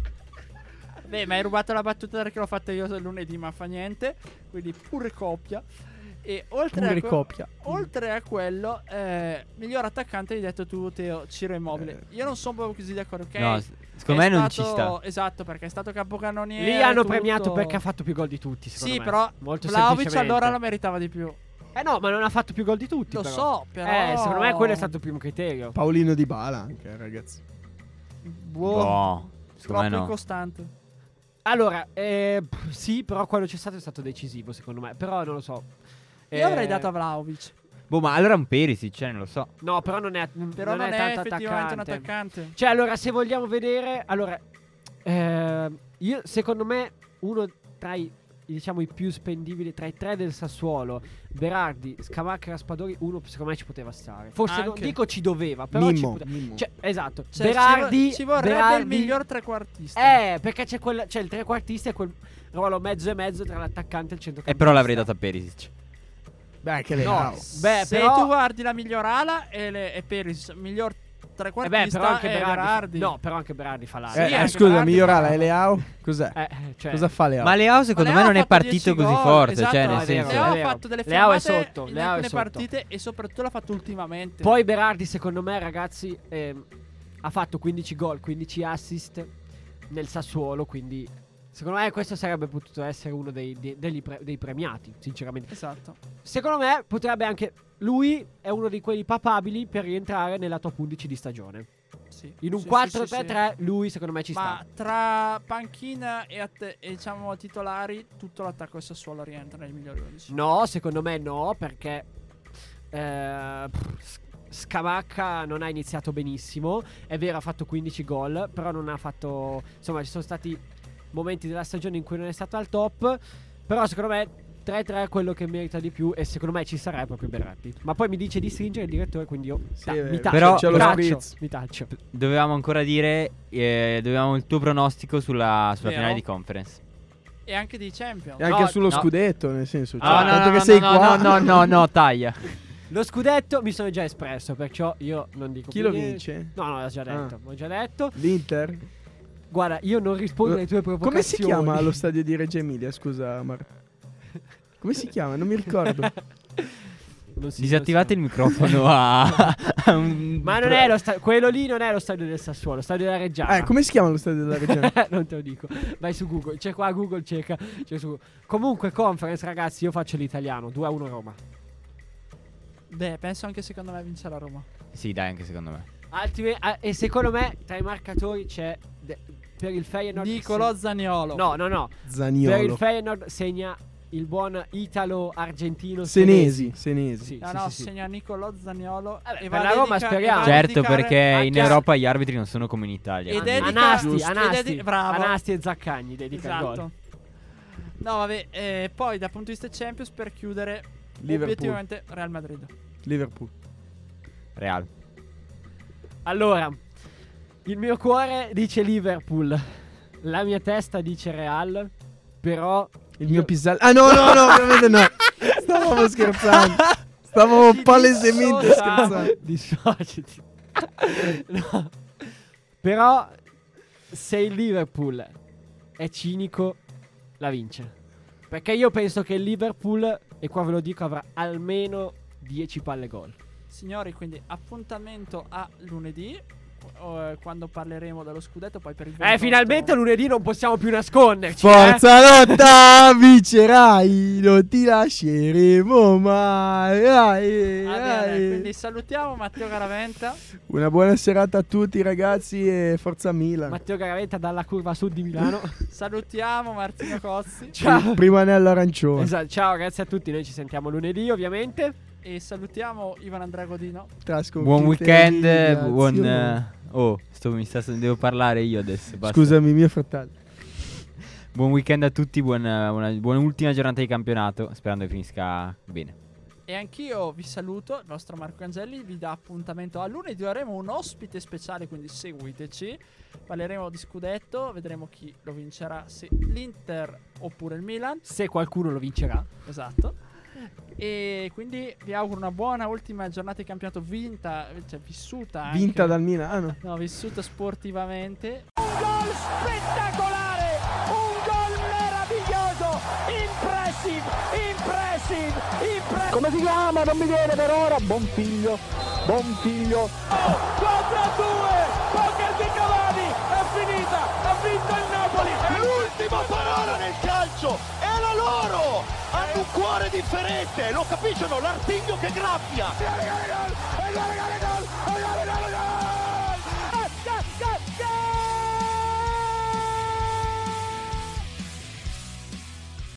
Beh, ma hai rubato la battuta perché l'ho fatta io lunedì, ma fa niente. Quindi pure coppia. E oltre, Pure a, que- coppia. oltre a quello, eh, miglior attaccante hai detto tu, Teo, Ciro Immobile. Eh. Io non sono proprio così d'accordo, ok? No, s- secondo È me non stato- ci sta. Esatto, perché è stato capocannoniere. Lì hanno tutto. premiato perché ha fatto più gol di tutti, secondo Sì, me. però Molto Vlahovic semplicemente. allora lo meritava di più. Eh no, ma non ha fatto più gol di tutti, Lo però. so, però. Eh, secondo me quello è stato il primo criterio. Paolino Di Bala anche, ragazzi. Boh, No, secondo troppo me no. incostante. Allora, eh, pff, sì, però quello c'è stato è stato decisivo, secondo me. Però non lo so. Io Eh, avrei dato a Vlahovic. Boh, ma allora un Perisic, cioè, non lo so. No, però non è Però non, è, tanto effettivamente un attaccante. attaccante. Cioè, allora, se vogliamo vedere, allora, eh, io secondo me uno tra i, diciamo, i più spendibili tra i tre del Sassuolo, Berardi, Scamacca e Raspadori, uno secondo me ci poteva stare. Forse non Anche. dico ci doveva, però ci Mimmo, poteva. Mimmo. Cioè, esatto. Cioè, Berardi, ci, vo- ci vorrebbe Berardi- il miglior trequartista. Eh, perché c'è, quel, c'è il trequartista e quel ruolo mezzo e mezzo tra l'attaccante e il E centrocampista. però l'avrei dato a Perisic. Beh, che le No, ha. beh, Se però- tu guardi la miglior ala e, le, e Perisic, miglior Eh trequartista beh, però anche è Berardi. Berardi. No, però anche Berardi fa l'ala. Eh, Sì, eh, anche scusa, Berardi migliorala fa- è Leao? Cos'è? Eh, cioè, Cosa fa Leao? Ma Leao secondo Ma me Leao non ha è fatto partito dieci così gol, forte, esatto, cioè no, nel è vero, senso... Leao è ha vero. fatto delle Leao è fermate sotto, in Leao è alcune sotto. partite e soprattutto l'ha fatto ultimamente. Poi Berardi, secondo me, ragazzi, ehm, ha fatto quindici gol, quindici assist nel Sassuolo, quindi secondo me questo sarebbe potuto essere uno dei, dei- degli pre- dei premiati, sinceramente. Esatto. Secondo me potrebbe anche... Lui è uno di quelli papabili per rientrare nella top undici di stagione. sì. In un Sì, quattro sì, sì, tre tre lui secondo me ci sì. Ma sta. tra panchina e, att- e diciamo titolari, tutto l'attacco del Sassuolo rientra nei migliori undici. No, secondo me no, perché eh, pff, Scamacca non ha iniziato benissimo. È vero, ha fatto quindici gol, però non ha fatto... Insomma, ci sono stati momenti della stagione in cui non è stato al top. Però secondo me tre tre è quello che merita di più, e secondo me ci sarà proprio Berratti. Ma poi mi dice di stringere il direttore, quindi io Sì, da- è mi vero. taccio, Però- mi c'è lo taccio, spritz. mi taccio. Dovevamo ancora dire, eh, dovevamo il tuo pronostico sulla, sulla Vero. finale di conference. E anche di Champions. E anche No, sullo no. scudetto, nel senso. Cioè, Ah, no, tanto no, che no, sei no, qua. no, no, no, no, taglia. Lo scudetto mi sono già espresso, perciò io non dico Chi più lo niente. vince? No, no, l'ho già detto, Ah. l'ho già detto. L'Inter? Guarda, io non rispondo alle tue provocazioni. Come si chiama lo stadio di Reggio Emilia? Scusa, Mar. Come si chiama? Non mi ricordo. Non si- Disattivate il non si- microfono a, a un- Ma non è lo stadio, quello lì non è lo stadio del Sassuolo, lo stadio della Reggiana. Eh, come si chiama lo stadio della Reggiana? Non te lo dico. Vai su Google, c'è qua Google, cerca. C'è su... Comunque conference, ragazzi, io faccio l'italiano, due a uno Roma. Beh, penso anche secondo me vince la Roma. Sì, dai, anche secondo me. Altime- ah, e secondo me tra i marcatori c'è de- per il Feyenoord Nicolò se- Zaniolo. No, no, no. Per il Zaniolo. Feyenoord segna il buon italo-argentino Senesi. Senesi. Sì, No, sì, no, sì, sì. segna Nicolò Zaniolo. Vabbè, e per va a la Roma dedica- speriamo. e va a Certo, dedicare- perché in anche a- Europa gli arbitri non sono come in Italia. Ed Ah, è no. di- Anasti, dedica- Anasti, ed è di- bravo. Anasti e Zaccagni dedica il gol. Esatto. No, vabbè, eh, poi dal punto di vista Champions, per chiudere, Liverpool. obiettivamente Real Madrid. Liverpool. Real. Allora, il mio cuore dice Liverpool, la mia testa dice Real, però Il mio Pisal. Ah, no, no, no, ovviamente no. Stavamo scherzando. Stavamo Ci palesemente dissociamo. scherzando. dissociati. No. Però se il Liverpool è cinico, la vince. Perché io penso che il Liverpool, e qua ve lo dico, avrà almeno dieci palle gol. Signori, quindi appuntamento a lunedì, eh, quando parleremo dello scudetto. Poi per il Eh, ventotto finalmente lunedì non possiamo più nasconderci. Forza lotta, vincerai, non ti lasceremo mai. Ai, Va bene, ai. quindi salutiamo Matteo Garaventa. Una buona serata a tutti ragazzi e forza Milan. Matteo Garaventa dalla curva sud di Milano. Salutiamo Martino Cozzi. Ciao. Primo anello arancione. Esatto, ciao ragazzi a tutti, noi ci sentiamo lunedì ovviamente. E salutiamo Ivan Andrea Godino. Tra sconfitte Buon e weekend, umiliazioni. buon... eh, oh, sto, mi sta, devo parlare io adesso. Basta. Scusami, mio fratello. Buon weekend a tutti, buona, una, buona ultima giornata di campionato, sperando che finisca bene. E anch'io vi saluto, il vostro Marco Angeli vi dà appuntamento a lunedì, avremo un ospite speciale, quindi seguiteci. Parleremo di scudetto, vedremo chi lo vincerà, se l'Inter oppure il Milan. Se qualcuno lo vincerà. Esatto. E quindi vi auguro una buona ultima giornata di campionato vinta, cioè vissuta anche. Vinta dal Milano. No, vissuta sportivamente. Un gol spettacolare, un gol meraviglioso, impressive, impressive, impressive. Come si chiama? Non mi viene per ora. Buon figlio, buon figlio. quattro a due, poker di Cavani, è finita, ha vinto il Napoli. L'ultima parola nel calcio è la loro! Hanno un cuore differente, lo capiscono? L'artiglio che graffia! E gol, e gol, e gol, e gol, e gol, e gol, e gol.